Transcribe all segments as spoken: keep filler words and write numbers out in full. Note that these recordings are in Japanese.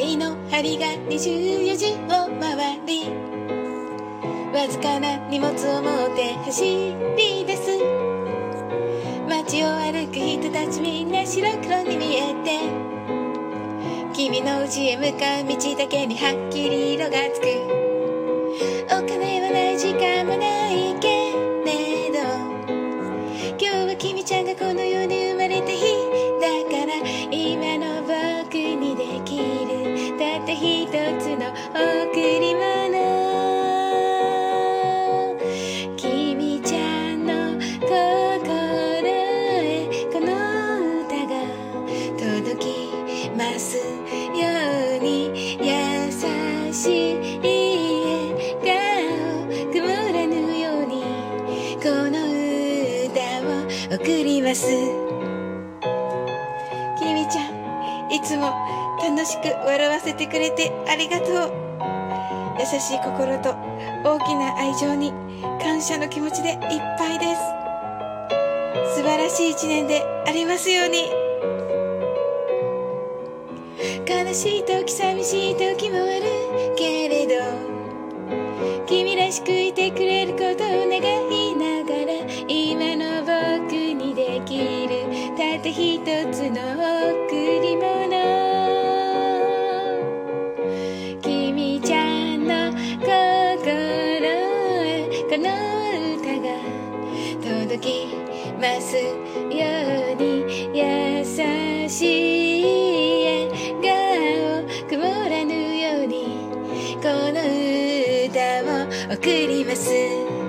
帯の針がにじゅうよじを回り、わずかな荷物を持って走り出す。街を歩く人たちみんな白黒に見えて、君の家へ向かう道だけにはっきり色がつく。お金はない時間もないけれど、今日は君ちゃんがこの世に生まれた日だから、今の僕にできるたった一つの贈り物。君ちゃんの心へこの歌が届きますように、優しい笑顔曇らぬようにこの歌を贈ります。君ちゃん、いつも楽しく笑わせてくれてありがとう。優しい心と大きな愛情に感謝の気持ちでいっぱいです。素晴らしい一年でありますように。悲しい時寂しい時もあるけれど、君らしくいてくれることを願いながら、今の僕にできるたった一つの贈り物。君ちゃんの心へこの歌が届きますように、優しい笑顔曇らぬようにこの歌を贈ります。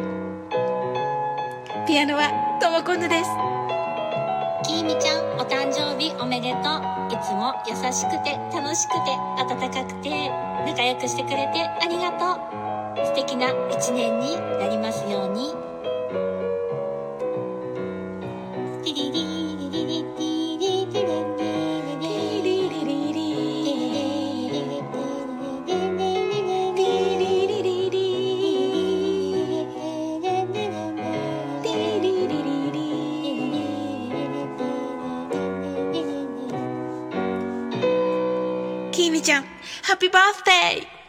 ピアノはともこんぬです。 きみちゃんお誕生日おめでとう。いつも優しくて楽しくて温かくて仲良くしてくれてありがとう。素敵な一年になりますように。ティリリリリリティリティリリリリリきみちゃん、ハッピーバースデー。